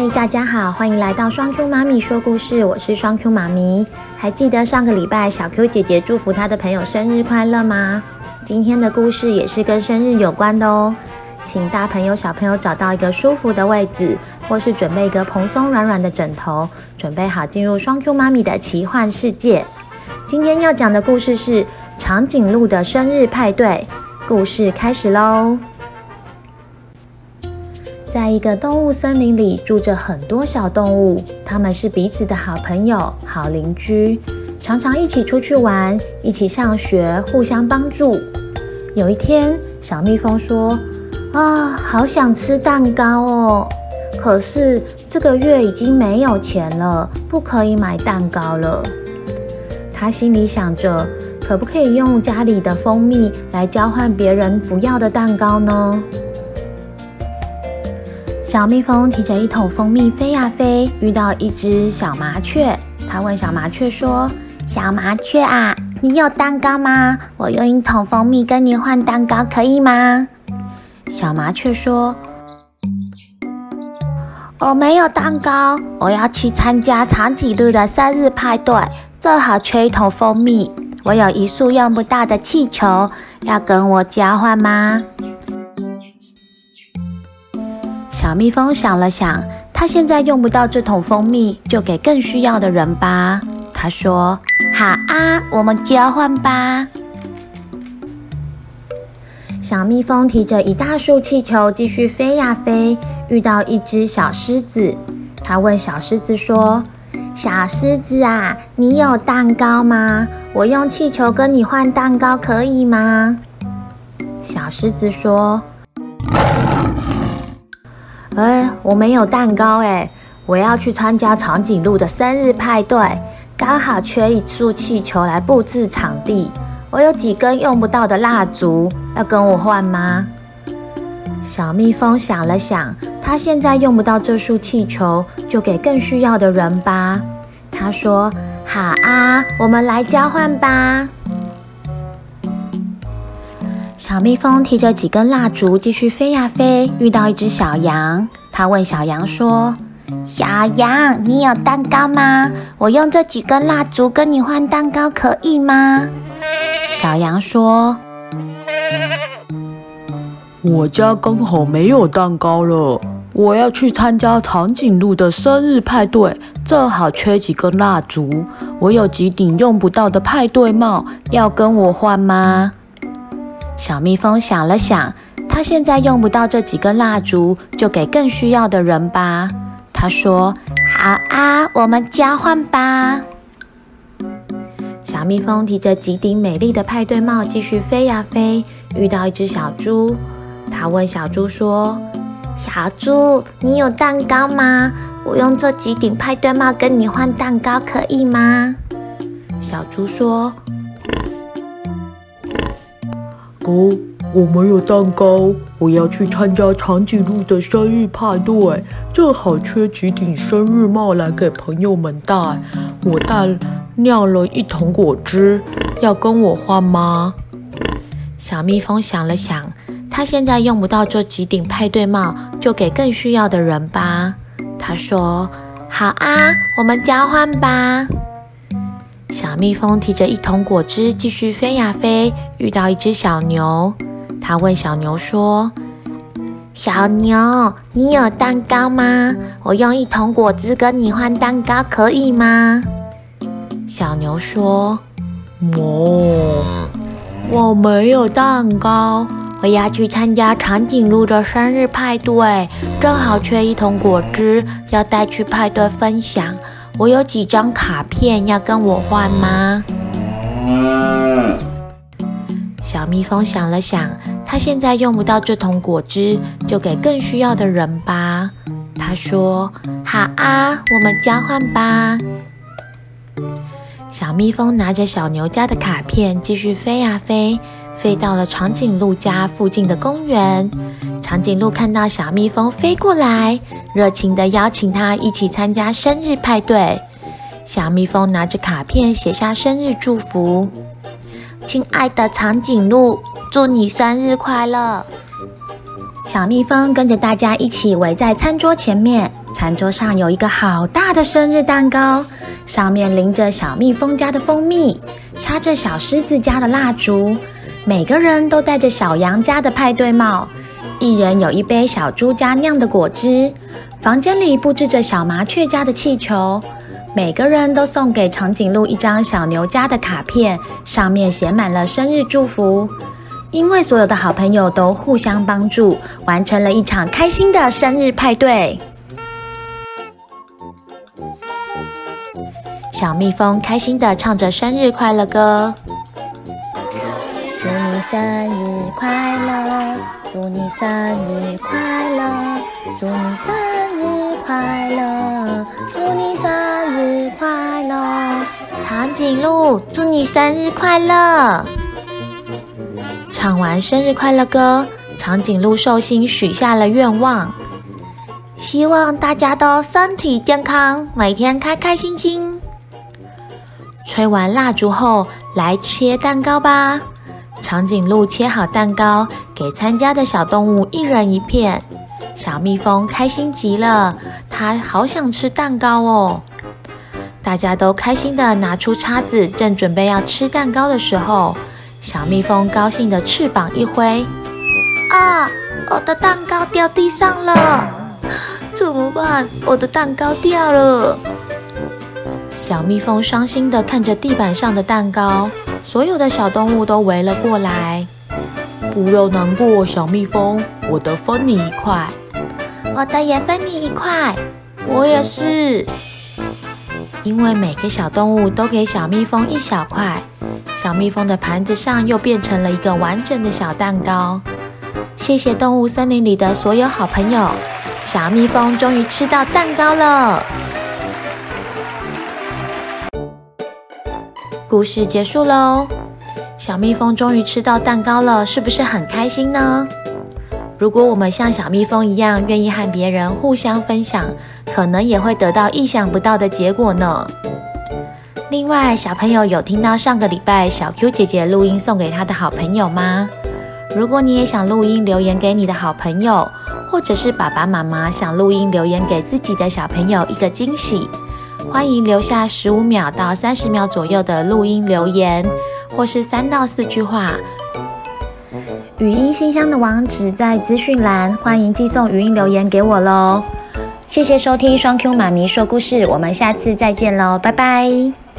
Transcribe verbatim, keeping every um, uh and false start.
大家好，欢迎来到双 Q 妈咪说故事，我是双 Q 妈咪。还记得上个礼拜小 Q 姐姐祝福她的朋友生日快乐吗？今天的故事也是跟生日有关的哦。请大朋友小朋友找到一个舒服的位置，或是准备一个蓬松软软的枕头，准备好进入双 Q 妈咪的奇幻世界。今天要讲的故事是长颈鹿的生日派对，故事开始咯。在一个动物森林里住着很多小动物，它们是彼此的好朋友、好邻居，常常一起出去玩，一起上学，互相帮助。有一天，小蜜蜂说：啊，好想吃蛋糕哦，可是这个月已经没有钱了，不可以买蛋糕了。它心里想着，可不可以用家里的蜂蜜来交换别人不要的蛋糕呢？小蜜蜂提着一桶蜂蜜飞呀飞，遇到一只小麻雀。它问小麻雀说：小麻雀啊，你有蛋糕吗？我用一桶蜂蜜跟你换蛋糕可以吗？小麻雀说：我没有蛋糕，我要去参加长颈鹿的生日派对，正好缺一桶蜂蜜。我有一束用不到的气球，要跟我交换吗？小蜜蜂想了想，它现在用不到这桶蜂蜜，就给更需要的人吧。它说：好啊，我们交换吧。小蜜蜂提着一大束气球继续飞呀飞，遇到一只小狮子。它问小狮子说：小狮子啊，你有蛋糕吗？我用气球跟你换蛋糕可以吗？小狮子说：哎，我没有蛋糕哎，我要去参加长颈鹿的生日派对，刚好缺一束气球来布置场地。我有几根用不到的蜡烛，要跟我换吗？小蜜蜂想了想，它现在用不到这束气球，就给更需要的人吧。它说：好啊，我们来交换吧。小蜜蜂提着几根蜡烛继续飞呀飞，遇到一只小羊。它问小羊说：小羊，你有蛋糕吗？我用这几根蜡烛跟你换蛋糕可以吗？小羊说： 我家刚好没有蛋糕了，我要去参加长颈鹿的生日派对，正好缺几根蜡烛。我有几顶用不到的派对帽，要跟我换吗？小蜜蜂想了想，它现在用不到这几根蜡烛，就给更需要的人吧。它说：好啊，我们交换吧。小蜜蜂提着几顶美丽的派对帽继续飞呀飞，遇到一只小猪。它问小猪说：小猪，你有蛋糕吗？我用这几顶派对帽跟你换蛋糕可以吗？小猪说：哦，我没有蛋糕，我要去参加长颈鹿的生日派对，正好缺几顶生日帽来给朋友们戴。我带酿了一桶果汁，要跟我换吗？ 小蜜蜂想了想，它现在用不到这几顶派对帽，就给更需要的人吧。它说：好啊，我们交换吧。小蜜蜂提着一桶果汁继续飞呀飞，遇到一只小牛。它问小牛说：小牛，你有蛋糕吗？我用一桶果汁跟你换蛋糕可以吗？小牛说： 哦， 我没有蛋糕，我要去参加长颈鹿的生日派对，正好缺一桶果汁，要带去派对分享。我有几张卡片，要跟我换吗？小蜜蜂想了想，它现在用不到这桶果汁，就给更需要的人吧。它说：好啊，我们交换吧。小蜜蜂拿着小牛家的卡片继续飞呀飞，飞到了长颈鹿家附近的公园。长颈鹿看到小蜜蜂飞过来，热情地邀请它一起参加生日派对。小蜜蜂拿着卡片写下生日祝福：亲爱的长颈鹿，祝你生日快乐！ 小蜜蜂跟着大家一起围在餐桌前面，餐桌上有一个好大的生日蛋糕，上面淋着小蜜蜂家的蜂蜜，插着小狮子家的蜡烛，每个人都戴着小羊家的派对帽，一人有一杯小猪家酿的果汁，房间里布置着小麻雀家的气球，每个人都送给长颈鹿一张小牛家的卡片，上面写满了生日祝福。因为所有的好朋友都互相帮助，完成了一场开心的生日派对。小蜜蜂开心地唱着生日快乐歌，祝你生日快乐，祝你生日快乐，祝你生日快乐，祝你生日快乐，长颈鹿，祝你生日快乐。唱完生日快乐歌，长颈鹿寿星许下了愿望，希望大家都身体健康，每天开开心心。吹完蜡烛后，来切蛋糕吧。长颈鹿切好蛋糕，给参加的小动物一人一片。小蜜蜂开心极了，它好想吃蛋糕哦。大家都开心地拿出叉子，正准备要吃蛋糕的时候，小蜜蜂高兴的翅膀一挥，啊，我的蛋糕掉地上了，怎么办？我的蛋糕掉了。小蜜蜂伤心的看着地板上的蛋糕，所有的小动物都围了过来。不要难过，小蜜蜂，我的分你一块。我的也分你一块。我也是。因为每个小动物都给小蜜蜂一小块，小蜜蜂的盘子上又变成了一个完整的小蛋糕。谢谢动物森林里的所有好朋友，小蜜蜂终于吃到蛋糕了。故事结束喽，小蜜蜂终于吃到蛋糕了，是不是很开心呢？如果我们像小蜜蜂一样愿意和别人互相分享，可能也会得到意想不到的结果呢。另外，小朋友有听到上个礼拜小 Q 姐姐录音送给她的好朋友吗？如果你也想录音留言给你的好朋友，或者是爸爸妈妈想录音留言给自己的小朋友一个惊喜，欢迎留下十五秒到三十秒左右的录音留言，或是三到四句话。语音信箱的网址在资讯栏，欢迎寄送语音留言给我咯。谢谢收听双 Q 妈咪说故事，我们下次再见咯，拜拜。